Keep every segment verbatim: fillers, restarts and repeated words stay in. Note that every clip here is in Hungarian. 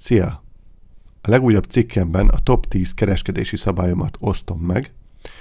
Szia! A legújabb cikkemben a top tíz kereskedési szabályomat osztom meg,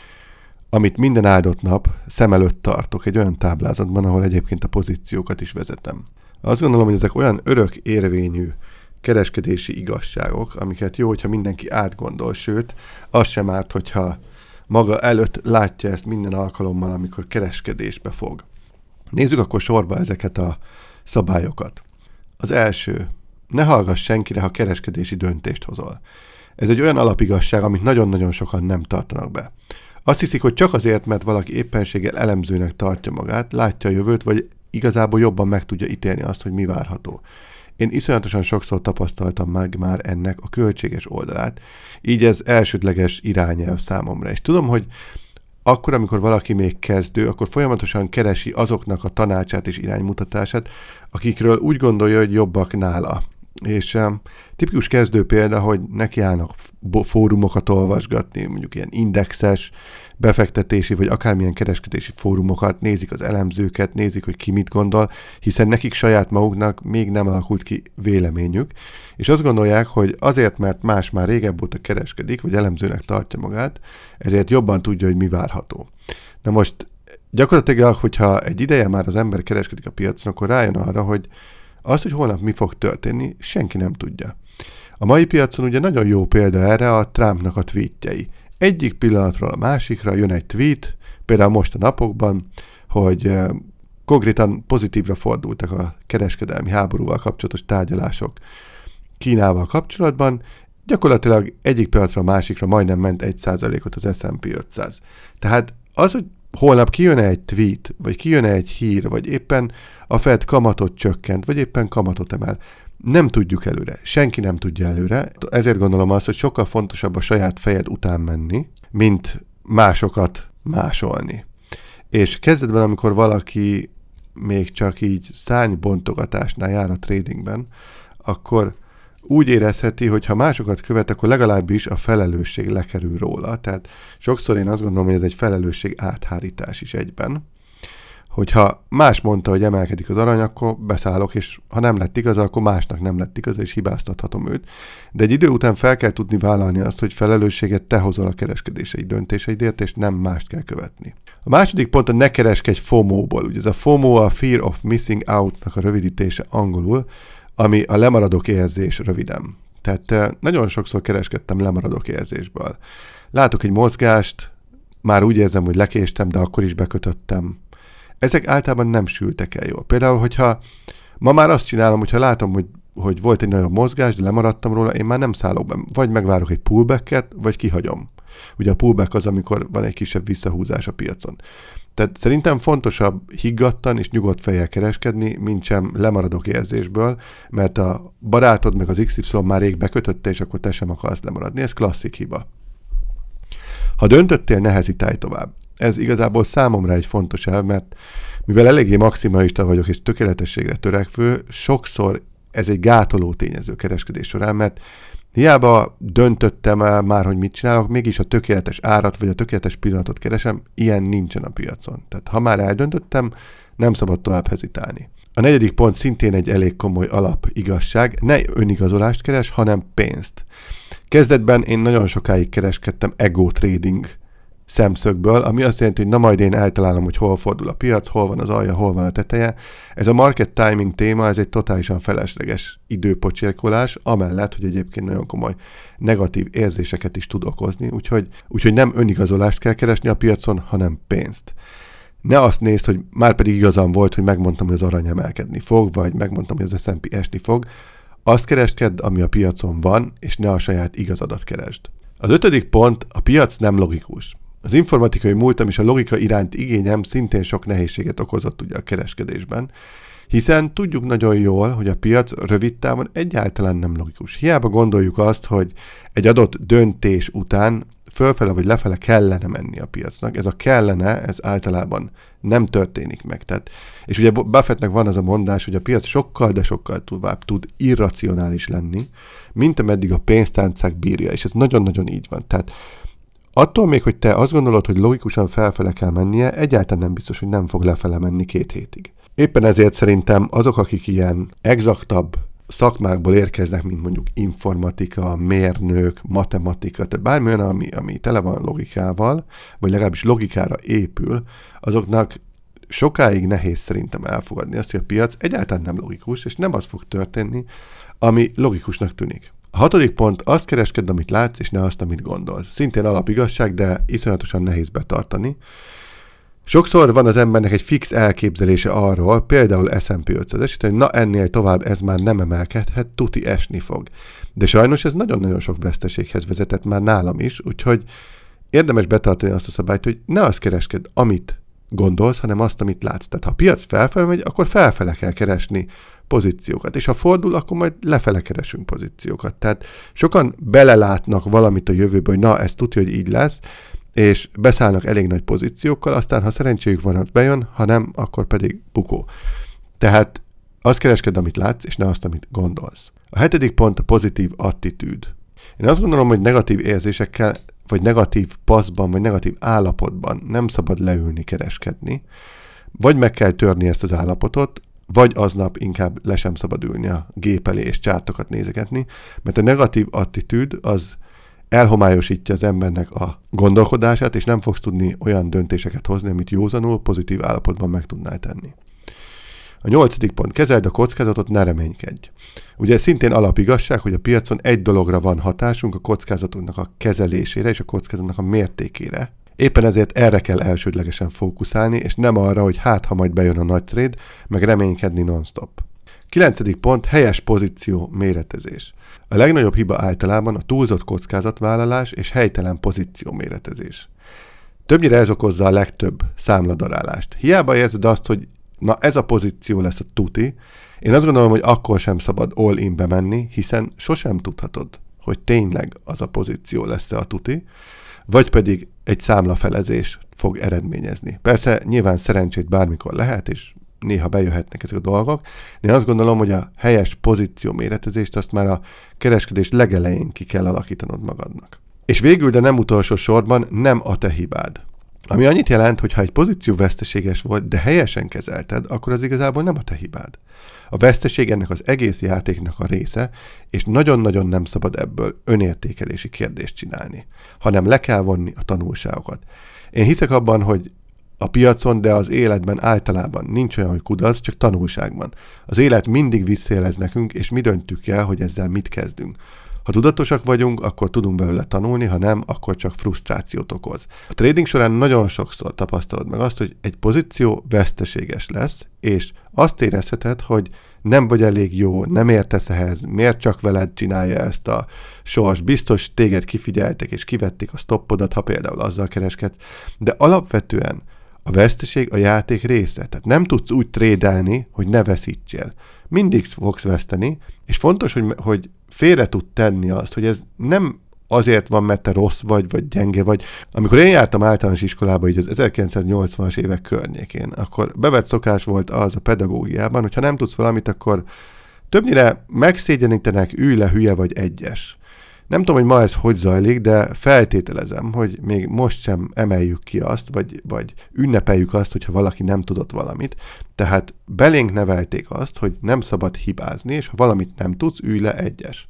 amit minden áldott nap szem előtt tartok egy olyan táblázatban, ahol egyébként a pozíciókat is vezetem. Azt gondolom, hogy ezek olyan örök érvényű kereskedési igazságok, amiket jó, hogyha mindenki átgondol, sőt, az sem árt, hogyha maga előtt látja ezt minden alkalommal, amikor kereskedésbe fog. Nézzük akkor sorba ezeket a szabályokat. Az első, ne hallgass senkire, ha kereskedési döntést hozol. Ez egy olyan alapigasság, amit nagyon-nagyon sokan nem tartanak be. Azt hiszik, hogy csak azért, mert valaki éppenséggel elemzőnek tartja magát, látja a jövőt, vagy igazából jobban meg tudja ítélni azt, hogy mi várható. Én iszonyatosan sokszor tapasztaltam meg már ennek a költséges oldalát, így ez elsődleges irányelv számomra. És tudom, hogy akkor, amikor valaki még kezdő, akkor folyamatosan keresi azoknak a tanácsát és iránymutatását, akikről úgy gondolja, hogy jobbak nála. És um, tipikus kezdő példa, hogy nekiállnak fórumokat olvasgatni, mondjuk ilyen indexes, befektetési, vagy akármilyen kereskedési fórumokat, nézik az elemzőket, nézik, hogy ki mit gondol, hiszen nekik saját maguknak még nem alakult ki véleményük, és azt gondolják, hogy azért, mert más már régebb óta kereskedik, vagy elemzőnek tartja magát, ezért jobban tudja, hogy mi várható. Na most gyakorlatilag, hogyha egy ideje már az ember kereskedik a piacon, akkor rájön arra, hogy azt, hogy holnap mi fog történni, senki nem tudja. A mai piacon ugye nagyon jó példa erre a Trumpnak a tweetjei. Egyik pillanatról a másikra jön egy tweet, például most a napokban, hogy eh, konkrétan pozitívra fordultak a kereskedelmi háborúval kapcsolatos tárgyalások Kínával kapcsolatban, gyakorlatilag egyik pillanatról a másikra majdnem ment egy százalékot az es and pé ötszáz. Tehát az, hogy holnap kijön-e egy tweet, vagy kijön-e egy hír, vagy éppen a Fed kamatot csökkent, vagy éppen kamatot emel, nem tudjuk előre. Senki nem tudja előre. Ezért gondolom azt, hogy sokkal fontosabb a saját fejed után menni, mint másokat másolni. És kezdetben, amikor valaki még csak így szárnybontogatásnál jár a tradingben, akkor úgy érezheti, hogy ha másokat követ, akkor legalábbis a felelősség lekerül róla. Tehát sokszor én azt gondolom, hogy ez egy felelősség áthárítás is egyben. Hogyha más mondta, hogy emelkedik az arany, akkor beszállok, és ha nem lett igaz, akkor másnak nem lett igaz, és hibáztathatom őt. De egy idő után fel kell tudni vállalni azt, hogy felelősséget te hozol a kereskedései döntéseidért, és nem mást kell követni. A második pont a ne kereskedj FOMO-ból. Ugye ez a FOMO a Fear of Missing Out-nak a rövidítése angolul, ami a lemaradok érzés röviden. Tehát nagyon sokszor kereskedtem lemaradok érzésből. Látok egy mozgást, már úgy érzem, hogy lekéstem, de akkor is bekötöttem. Ezek általában nem sültek el jól. Például, hogyha ma már azt csinálom, hogyha látom, hogy, hogy volt egy nagyon mozgás, de lemaradtam róla, én már nem szállok be. Vagy megvárok egy pullbacket, vagy kihagyom. Ugye a pullback az, amikor van egy kisebb visszahúzás a piacon. Tehát szerintem fontosabb higgadtan és nyugodt fejjel kereskedni, mint sem lemaradok érzésből, mert a barátod meg az iksz ipszilon már rég bekötötte, és akkor te sem akarsz lemaradni. Ez klasszik hiba. Ha döntöttél, ne hezitálj tovább. Ez igazából számomra egy fontos elv, mert mivel eléggé maximalista vagyok és tökéletességre törekvő, sokszor ez egy gátoló tényező kereskedés során, mert hiába döntöttem el már, hogy mit csinálok, mégis a tökéletes árat vagy a tökéletes pillanatot keresem, ilyen nincsen a piacon. Tehát ha már eldöntöttem, nem szabad tovább hezitálni. A negyedik pont szintén egy elég komoly alapigazság, ne önigazolást keres, hanem pénzt. Kezdetben én nagyon sokáig kereskedtem ego trading szemszögből, ami azt jelenti, hogy na majd én eltalálom, hogy hol fordul a piac, hol van az alja, hol van a teteje. Ez a market timing téma, ez egy totálisan felesleges időpocsérkolás, amellett, hogy egyébként nagyon komoly negatív érzéseket is tud okozni, úgyhogy, úgyhogy nem önigazolást kell keresni a piacon, hanem pénzt. Ne azt nézd, hogy már pedig igazam volt, hogy megmondtam, hogy az arany emelkedni fog, vagy megmondtam, hogy az es and pé esni fog. Azt kereskedd, ami a piacon van, és ne a saját igazadat keresd. Az ötödik pont, a piac nem logikus. Az informatikai múltam és a logika iránti igényem szintén sok nehézséget okozott ugye a kereskedésben, hiszen tudjuk nagyon jól, hogy a piac rövid távon egyáltalán nem logikus. Hiába gondoljuk azt, hogy egy adott döntés után fölfele vagy lefele kellene menni a piacnak. Ez a kellene, ez általában nem történik meg. Tehát, és ugye Buffettnek van az a mondás, hogy a piac sokkal, de sokkal tovább tud irracionális lenni, mint ameddig a pénztáncák bírja, és ez nagyon-nagyon így van. Tehát attól még, hogy te azt gondolod, hogy logikusan felfele kell mennie, egyáltalán nem biztos, hogy nem fog lefele menni két hétig. Éppen ezért szerintem azok, akik ilyen exaktabb szakmákból érkeznek, mint mondjuk informatika, mérnök, matematika, tehát bármilyen, ami, ami tele van logikával, vagy legalábbis logikára épül, azoknak sokáig nehéz szerintem elfogadni azt, hogy a piac egyáltalán nem logikus, és nem az fog történni, ami logikusnak tűnik. A hatodik pont, azt kereskedj, amit látsz, és ne azt, amit gondolsz. Szintén alapigazság, de iszonyatosan nehéz betartani. Sokszor van az embernek egy fix elképzelése arról, például es and pé ötszázas, hogy na ennél tovább ez már nem emelkedhet, tuti esni fog. De sajnos ez nagyon-nagyon sok veszteséghez vezetett már nálam is, úgyhogy érdemes betartani azt a szabályt, hogy ne azt kereskedj, amit gondolsz, hanem azt, amit látsz. Tehát ha a piac felfele megy, akkor felfele kell keresni pozíciókat, és ha fordul, akkor majd lefele keresünk pozíciókat. Tehát sokan belelátnak valamit a jövőbe, hogy na, ez tudja, hogy így lesz, és beszállnak elég nagy pozíciókkal, aztán ha szerencséjük van, ott bejön, ha nem, akkor pedig bukó. Tehát azt kereskedj, amit látsz, és ne azt, amit gondolsz. A hetedik pont a pozitív attitűd. Én azt gondolom, hogy negatív érzésekkel, vagy negatív passzban, vagy negatív állapotban nem szabad leülni, kereskedni. Vagy meg kell törni ezt az állapotot, vagy aznap inkább le sem szabad ülni a gép elé és csártokat nézegetni, mert a negatív attitűd az elhomályosítja az embernek a gondolkodását, és nem fogsz tudni olyan döntéseket hozni, amit józanul, pozitív állapotban meg tudnál tenni. A nyolcadik pont, kezeld a kockázatot, ne reménykedj. Ugye szintén alapigazság, hogy a piacon egy dologra van hatásunk, a kockázatunknak a kezelésére és a kockázatnak a mértékére. Éppen ezért erre kell elsődlegesen fókuszálni, és nem arra, hogy hát, ha majd bejön a nagy trade, meg reménykedni non-stop. Kilencedik pont, helyes pozíció méretezés. A legnagyobb hiba általában a túlzott kockázatvállalás és helytelen pozíció méretezés. Többnyire ez okozza a legtöbb számladarálást. Hiába érzed azt, hogy na ez a pozíció lesz a tuti, én azt gondolom, hogy akkor sem szabad all-in-be menni, hiszen sosem tudhatod, hogy tényleg az a pozíció lesz a tuti, vagy pedig egy számlafelezés fog eredményezni. Persze nyilván szerencsét bármikor lehet, és néha bejöhetnek ezek a dolgok, de én azt gondolom, hogy a helyes pozíció méretezést azt már a kereskedés legelején ki kell alakítanod magadnak. És végül, de nem utolsó sorban, nem a te hibád. Ami annyit jelent, hogy ha egy pozíció veszteséges volt, de helyesen kezelted, akkor az igazából nem a te hibád. A veszteség ennek az egész játéknak a része, és nagyon-nagyon nem szabad ebből önértékelési kérdést csinálni, hanem le kell vonni a tanulságokat. Én hiszek abban, hogy a piacon, de az életben általában nincs olyan, hogy kudarc, csak tanulságban. Az élet mindig visszajelez nekünk, és mi döntjük el, hogy ezzel mit kezdünk. Ha tudatosak vagyunk, akkor tudunk belőle tanulni, ha nem, akkor csak frusztrációt okoz. A trading során nagyon sokszor tapasztalod meg azt, hogy egy pozíció veszteséges lesz, és azt érezheted, hogy nem vagy elég jó, nem értesz ehhez, miért csak veled csinálja ezt a sors, biztos téged kifigyeltek és kivették a stoppodat, ha például azzal kereskedsz, de alapvetően a veszteség a játék része, tehát nem tudsz úgy trédelni, hogy ne veszítsél. Mindig fogsz veszteni, és fontos, hogy, hogy félre tud tenni azt, hogy ez nem azért van, mert te rossz vagy, vagy gyenge vagy. Amikor én jártam általános iskolába, így az ezerkilencszáznyolcvanas évek környékén, akkor bevett szokás volt az a pedagógiában, hogy ha nem tudsz valamit, akkor többnyire megszégyenítenek, ülj le, hülye vagy egyes. Nem tudom, hogy ma ez hogy zajlik, de feltételezem, hogy még most sem emeljük ki azt, vagy, vagy ünnepeljük azt, hogyha valaki nem tudott valamit. Tehát belénk nevelték azt, hogy nem szabad hibázni, és ha valamit nem tudsz, ülj le egyes.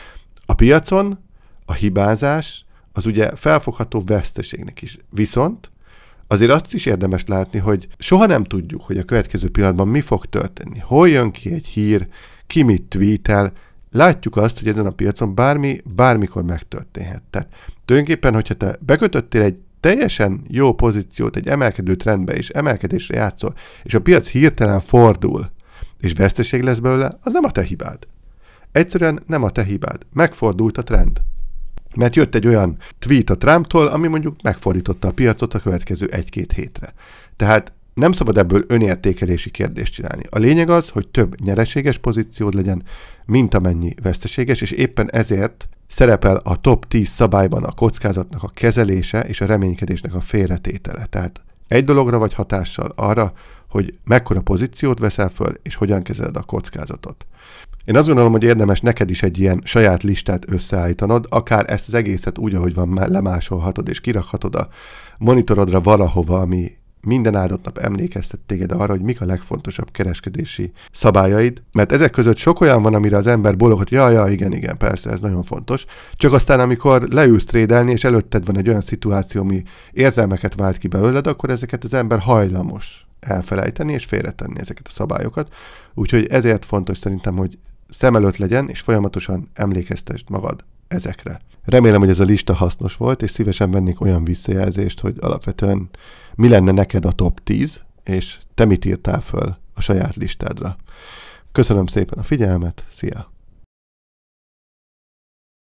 A piacon a hibázás az ugye felfogható veszteségnek is. Viszont azért azt is érdemes látni, hogy soha nem tudjuk, hogy a következő pillanatban mi fog történni. Hol jön ki egy hír, ki mit tweetel. Látjuk azt, hogy ezen a piacon bármi, bármikor megtörténhet. Tehát tulajdonképpen, hogyha te bekötöttél egy teljesen jó pozíciót egy emelkedő trendbe, és emelkedésre játszol, és a piac hirtelen fordul, és veszteség lesz belőle, az nem a te hibád. Egyszerűen nem a te hibád. Megfordult a trend. Mert jött egy olyan tweet a Trumptól, ami mondjuk megfordította a piacot a következő egy-két hétre. Tehát nem szabad ebből önértékelési kérdést csinálni. A lényeg az, hogy több nyereséges pozíciód legyen, mint amennyi veszteséges, és éppen ezért szerepel a top tíz szabályban a kockázatnak a kezelése és a reménykedésnek a félretétele. Tehát egy dologra vagy hatással arra, hogy mekkora pozíciót veszel föl, és hogyan kezeled a kockázatot. Én azt gondolom, hogy érdemes neked is egy ilyen saját listát összeállítanod, akár ezt az egészet úgy, ahogy van, lemásolhatod és kirakhatod a monitorodra valahova, ami minden áldott nap emlékeztet téged arra, hogy mik a legfontosabb kereskedési szabályaid, mert ezek között sok olyan van, amire az ember boldog, hogy ja, ja, igen, igen, persze, ez nagyon fontos. Csak aztán, amikor leülsz trédelni, és előtted van egy olyan szituáció, ami érzelmeket vált ki belőled, akkor ezeket az ember hajlamos elfelejteni és félretenni ezeket a szabályokat. Úgyhogy ezért fontos szerintem, hogy szem előtt legyen, és folyamatosan emlékeztesd magad ezekre. Remélem, hogy ez a lista hasznos volt, és szívesen vennék olyan visszajelzést, hogy alapvetően mi lenne neked a top tíz, és te mit írtál föl a saját listádra. Köszönöm szépen a figyelmet, szia!